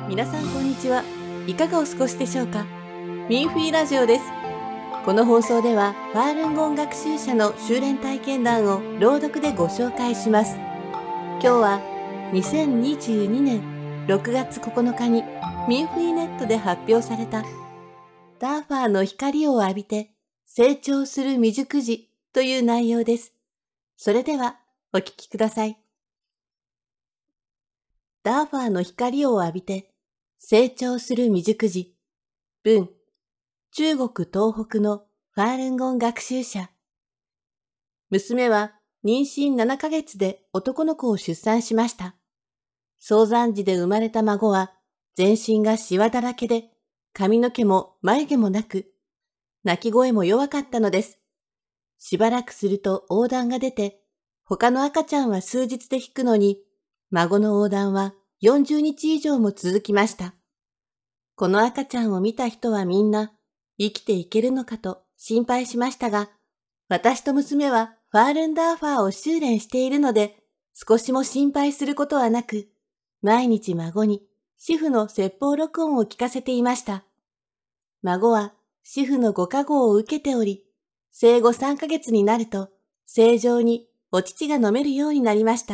皆さんこんにちは。いかがお過ごしでしょうか。ミンフィーラジオです。この放送ではファールンゴン学習者の修練体験談を朗読でご紹介します。今日は2022年6月9日にミンフィーネットで発表されたダーファーの光を浴びて成長する未熟児という内容です。それではお聞きください。ダーファーの光を浴びて成長する未熟児。文、中国東北のファールンゴン学習者。娘は妊娠7ヶ月で男の子を出産しました。早産児で生まれた孫は全身がシワだらけで髪の毛も眉毛もなく、泣き声も弱かったのです。しばらくすると黄疸が出て、他の赤ちゃんは数日で引くのに、孫の黄疸は40日以上も続きました。この赤ちゃんを見た人はみんな生きていけるのかと心配しましたが、私と娘はファールンダーファーを修練しているので、少しも心配することはなく、毎日孫に主婦の説法録音を聞かせていました。孫は主婦のご加護を受けており、生後3ヶ月になると正常にお乳が飲めるようになりました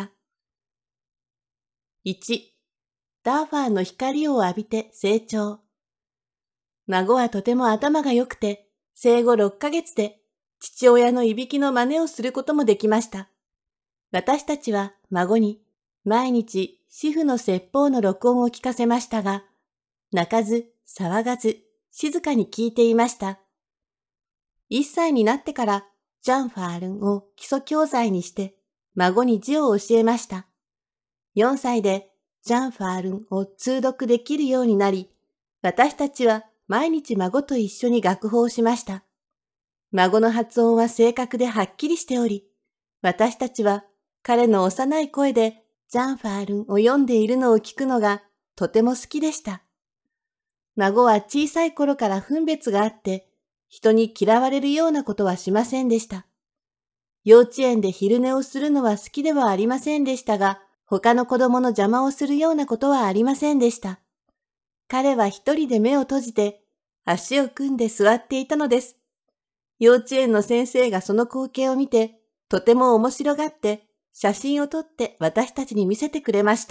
。1、ダーファーの光を浴びて成長。孫はとても頭が良くて、生後6ヶ月で父親のいびきの真似をすることもできました。私たちは孫に毎日主婦の説法の録音を聞かせましたが、泣かず騒がず静かに聞いていました。1歳になってからジャンファールンを基礎教材にして孫に字を教えました。4歳でジャンファールンを通読できるようになり、私たちは毎日孫と一緒に楽譜をしました。孫の発音は正確ではっきりしており、私たちは彼の幼い声でジャンファールンを読んでいるのを聞くのがとても好きでした。孫は小さい頃から分別があって、人に嫌われるようなことはしませんでした。幼稚園で昼寝をするのは好きではありませんでしたが、他の子供の邪魔をするようなことはありませんでした。彼は一人で目を閉じて、足を組んで座っていたのです。幼稚園の先生がその光景を見て、とても面白がって、写真を撮って私たちに見せてくれました。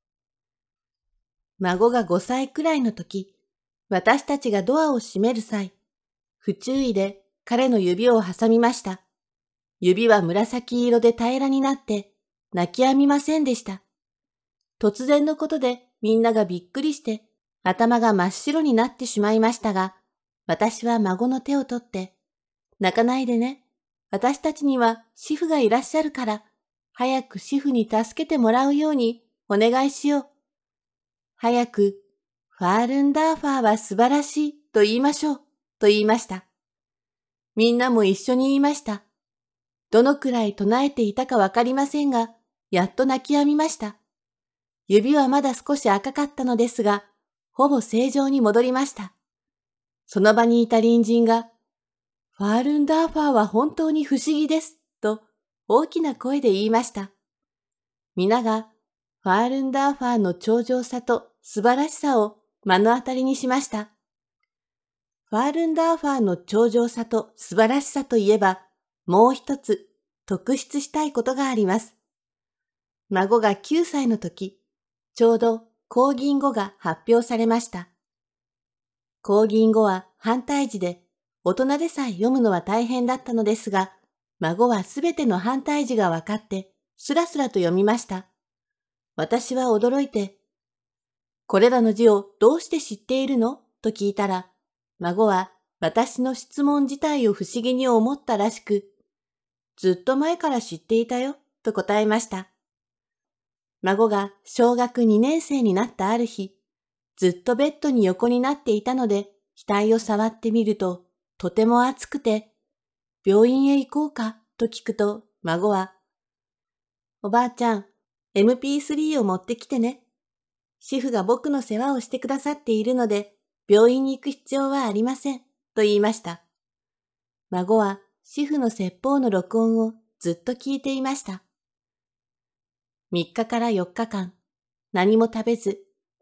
孫が5歳くらいの時、私たちがドアを閉める際、不注意で彼の指を挟みました。指は紫色で平らになって、泣き止みませんでした。突然のことでみんながびっくりして、頭が真っ白になってしまいましたが、私は孫の手を取って、泣かないでね。私たちには主婦がいらっしゃるから、早く主婦に助けてもらうようにお願いしよう。早く、ファールンダーファーは素晴らしいと言いましょう、と言いました。みんなも一緒に言いました。どのくらい唱えていたかわかりませんが、やっと泣き止みました。指はまだ少し赤かったのですが、ほぼ正常に戻りました。その場にいた隣人が、ファールンダーファーは本当に不思議です、と大きな声で言いました。皆がファールンダーファーの頂上さと素晴らしさを目の当たりにしました。ファールンダーファーの頂上さと素晴らしさといえば、もう一つ特筆したいことがあります。孫が9歳の時、ちょうど公銀語が発表されました。公銀語は反対字で、大人でさえ読むのは大変だったのですが、孫はすべての反対字がわかって、スラスラと読みました。私は驚いて、これらの字をどうして知っているのと聞いたら、孫は私の質問自体を不思議に思ったらしく、ずっと前から知っていたよ、と答えました。孫が小学2年生になったある日、ずっとベッドに横になっていたので、額を触ってみると、とても熱くて、病院へ行こうかと聞くと、孫は、おばあちゃん、MP3 を持ってきてね。主婦が僕の世話をしてくださっているので、病院に行く必要はありません、と言いました。孫は主婦の説法の録音をずっと聞いていました。3日から4日間、何も食べず、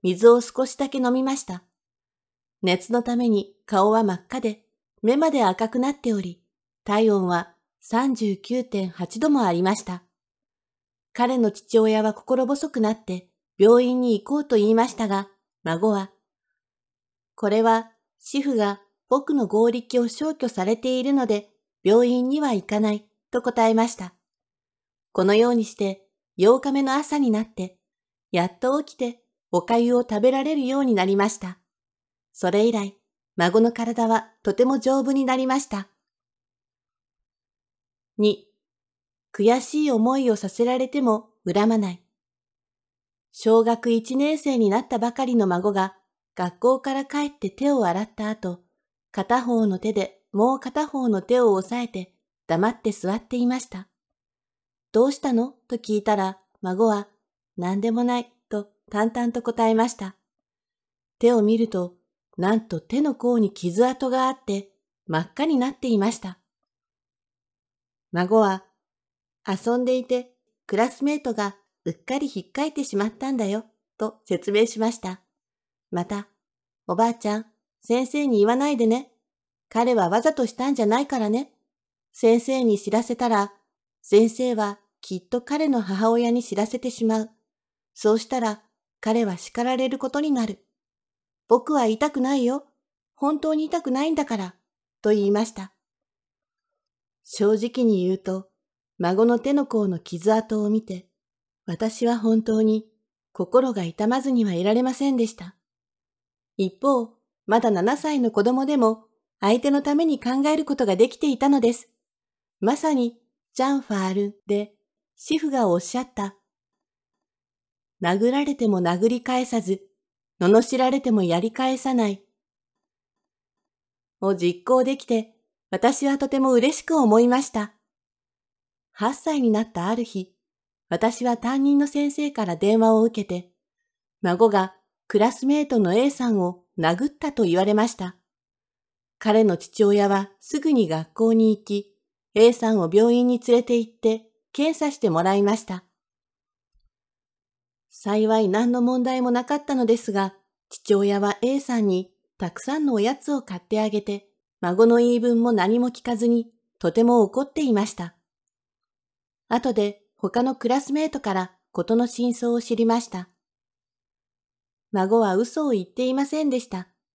水を少しだけ飲みました。熱のために顔は真っ赤で、目まで赤くなっており、体温は 39.8 度もありました。彼の父親は心細くなって病院に行こうと言いましたが、孫は、これは主婦が僕の合力を消去されているので、病院には行かないと答えました。このようにして8日目の朝になって、やっと起きてお粥を食べられるようになりました。それ以来、孫の体はとても丈夫になりました。2、悔しい思いをさせられても恨まない。小学1年生になったばかりの孫が学校から帰って手を洗った後、片方の手でもう片方の手を押さえて黙って座っていました。どうしたのと聞いたら、孫は何でもないと淡々と答えました。手を見ると、なんと手の甲に傷跡があって真っ赤になっていました。孫は、遊んでいてクラスメートがうっかりひっかいてしまったんだよ、と説明しました。また、おばあちゃん、先生に言わないでね。彼はわざとしたんじゃないからね。先生に知らせたら、先生はきっと彼の母親に知らせてしまう。そうしたら、彼は叱られることになる。僕は痛くないよ。本当に痛くないんだから、と言いました。正直に言うと、孫の手の甲の傷跡を見て、私は本当に心が痛まずにはいられませんでした。一方、まだ7歳の子供でも相手のために考えることができていたのです。まさにジャンファールで主婦がおっしゃった。殴られても殴り返さず、罵られてもやり返さない。を実行できて、私はとても嬉しく思いました。8歳になったある日、私は担任の先生から電話を受けて、孫がクラスメートの A さんを殴ったと言われました。彼の父親はすぐに学校に行き、A さんを病院に連れて行って検査してもらいました。幸い何の問題もなかったのですが、父親は A さんにたくさんのおやつを買ってあげて、孫の言い分も何も聞かずに、とても怒っていました。後で他のクラスメートから事の真相を知りました。孫は嘘を言っていませんでした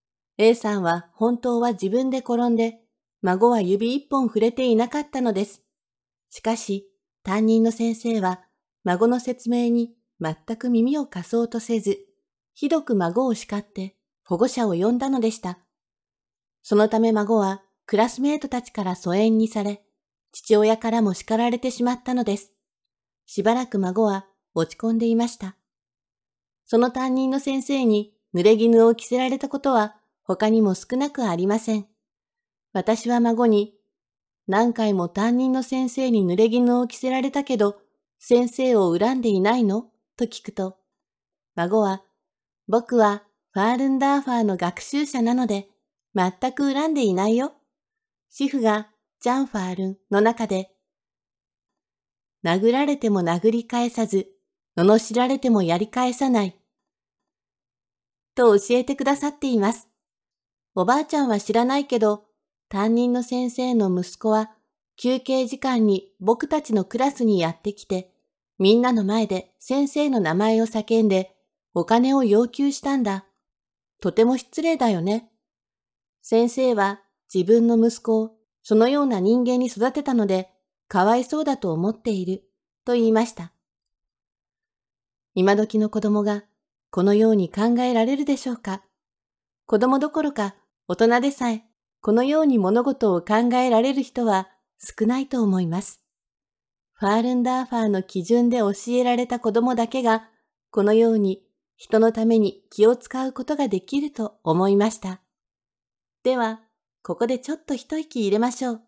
。A さんは本当は自分で転んで、孫は指一本触れていなかったのです。しかし、担任の先生は孫の説明に全く耳を貸そうとせず、ひどく孫を叱って保護者を呼んだのでした。そのため孫はクラスメートたちから疎遠にされ、父親からも叱られてしまったのです。しばらく孫は落ち込んでいました。その担任の先生に濡れ衣を着せられたことは他にも少なくありません。私は孫に、何回も担任の先生に濡れ衣を着せられたけど、先生を恨んでいないのと聞くと、孫は、僕はファールンダーファーの学習者なので、全く恨んでいないよ。主婦がジャンファールンの中で、殴られても殴り返さず、罵られてもやり返さない。と教えてくださっています。おばあちゃんは知らないけど、担任の先生の息子は休憩時間に僕たちのクラスにやってきて、みんなの前で先生の名前を叫んでお金を要求したんだ。とても失礼だよね。先生は自分の息子をそのような人間に育てたので、かわいそうだと思っている、と言いました。今時の子供がこのように考えられるでしょうか。子供どころか大人でさえこのように物事を考えられる人は少ないと思います。ファールンダーファーの基準で教えられた子供だけがこのように人のために気を使うことができると思いました。では、ここでちょっと一息入れましょう。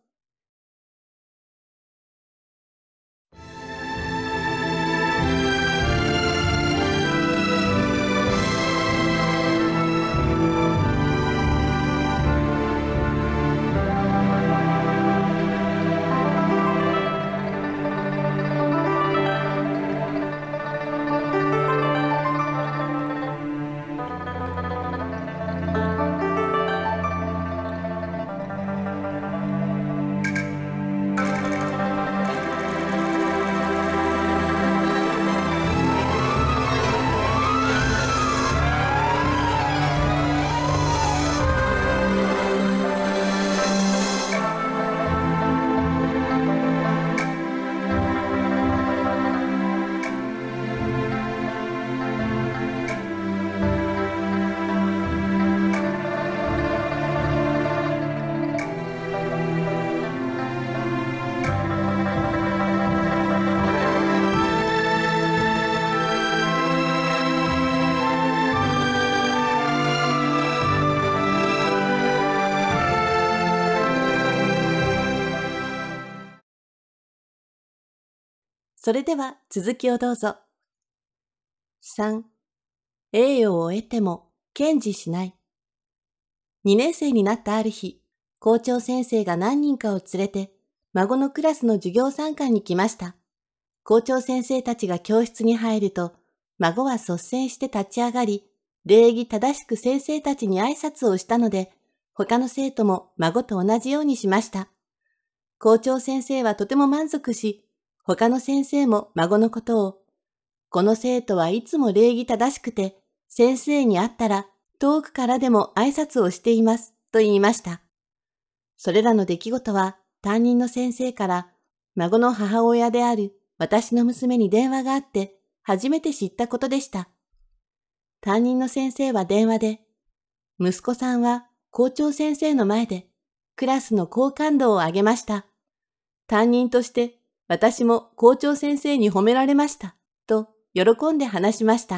それでは続きをどうぞ。3、栄誉を得ても堅持しない。2年生になったある日、校長先生が何人かを連れて、孫のクラスの授業参観に来ました。校長先生たちが教室に入ると、孫は率先して立ち上がり、礼儀正しく先生たちに挨拶をしたので、他の生徒も孫と同じようにしました。校長先生はとても満足し、他の先生も孫のことを、この生徒はいつも礼儀正しくて、先生に会ったら遠くからでも挨拶をしていますと言いました。それらの出来事は担任の先生から孫の母親である私の娘に電話があって初めて知ったことでした。担任の先生は電話で、息子さんは校長先生の前でクラスの好感度を上げました。担任として私も校長先生に褒められました。と喜んで話しました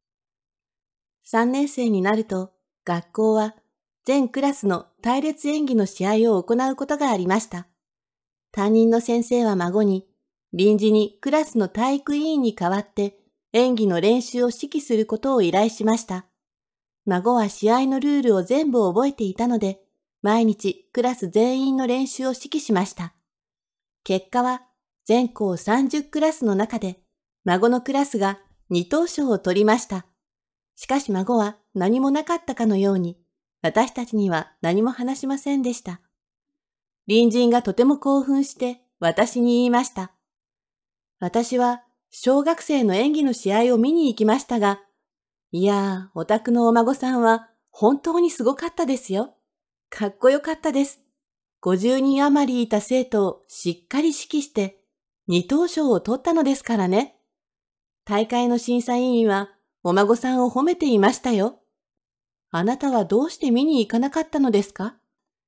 。3年生になると学校は全クラスの隊列演技の試合を行うことがありました。担任の先生は孫に臨時にクラスの体育委員に代わって演技の練習を指揮することを依頼しました。孫は試合のルールを全部覚えていたので、毎日クラス全員の練習を指揮しました。結果は全校30クラスの中で孫のクラスが2等賞を取りました。しかし孫は何もなかったかのように、私たちには何も話しませんでした。隣人がとても興奮して私に言いました。私は小学生の演技の試合を見に行きましたが、いやー、お宅のお孫さんは本当にすごかったですよ。かっこよかったです。50人余りいた生徒をしっかり指揮して2等賞を取ったのですからね。大会の審査委員はお孫さんを褒めていましたよ。あなたはどうして見に行かなかったのですか？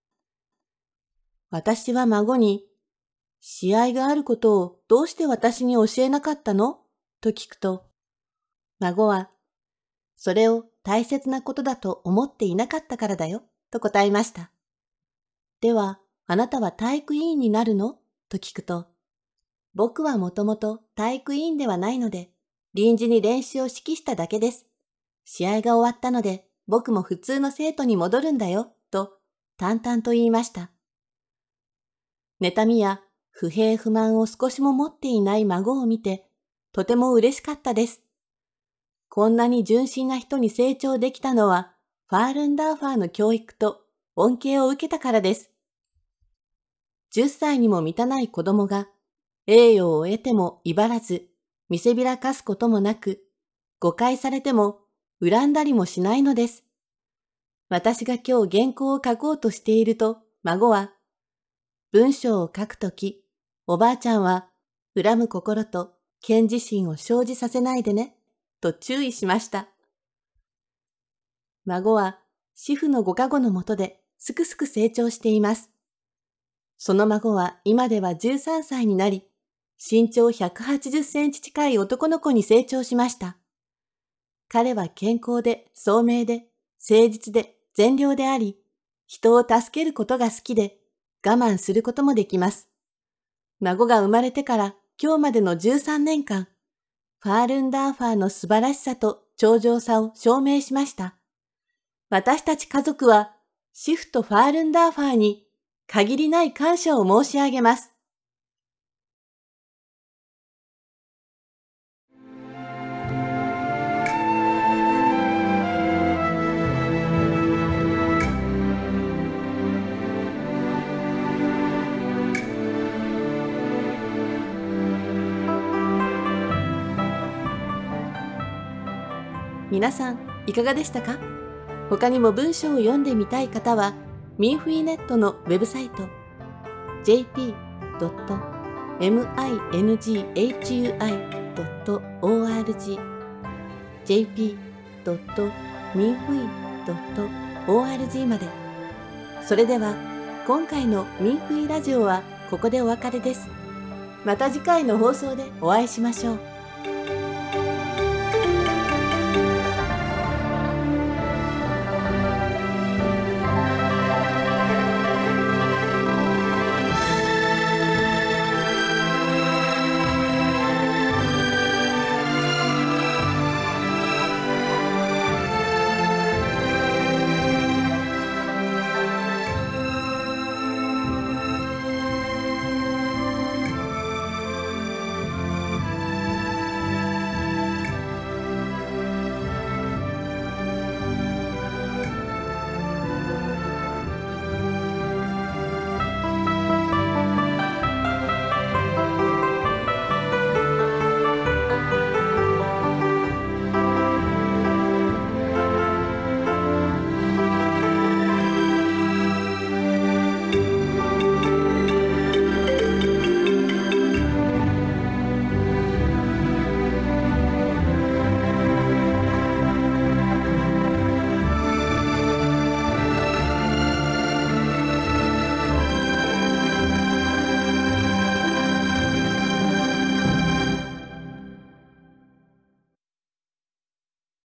私は孫に、試合があることをどうして私に教えなかったの？と聞くと、孫は、それを大切なことだと思っていなかったからだよ、と答えました。では、あなたは体育委員になるの？と聞くと、僕はもともと体育委員ではないので、臨時に練習を指揮しただけです。試合が終わったので、僕も普通の生徒に戻るんだよ、と淡々と言いました。妬みや不平不満を少しも持っていない孫を見て、とても嬉しかったです。こんなに純真な人に成長できたのは、ファールンダーファーの教育と恩恵を受けたからです。10歳にも満たない子供が、栄誉を得ても威張らず、見せびらかすこともなく、誤解されても恨んだりもしないのです。私が今日原稿を書こうとしていると、孫は、文章を書くとき、おばあちゃんは、恨む心と謙自心を生じさせないでね、と注意しました。孫は、主婦のご加護のもとですくすく成長しています。その孫は今では13歳になり、身長180センチ近い男の子に成長しました。彼は健康で、聡明で、誠実で、善良であり、人を助けることが好きで、我慢することもできます。孫が生まれてから今日までの13年間、ファールンダーファーの素晴らしさと長情さを証明しました。私たち家族は、主婦とファールンダーファーに限りない感謝を申し上げます。皆さん、いかがでしたか？他にも文章を読んでみたい方は、ミンフィーネットのウェブサイト jp.minghui.org jp.minfui.org まで。それでは、今回のミンフィーラジオはここでお別れです。また次回の放送でお会いしましょう。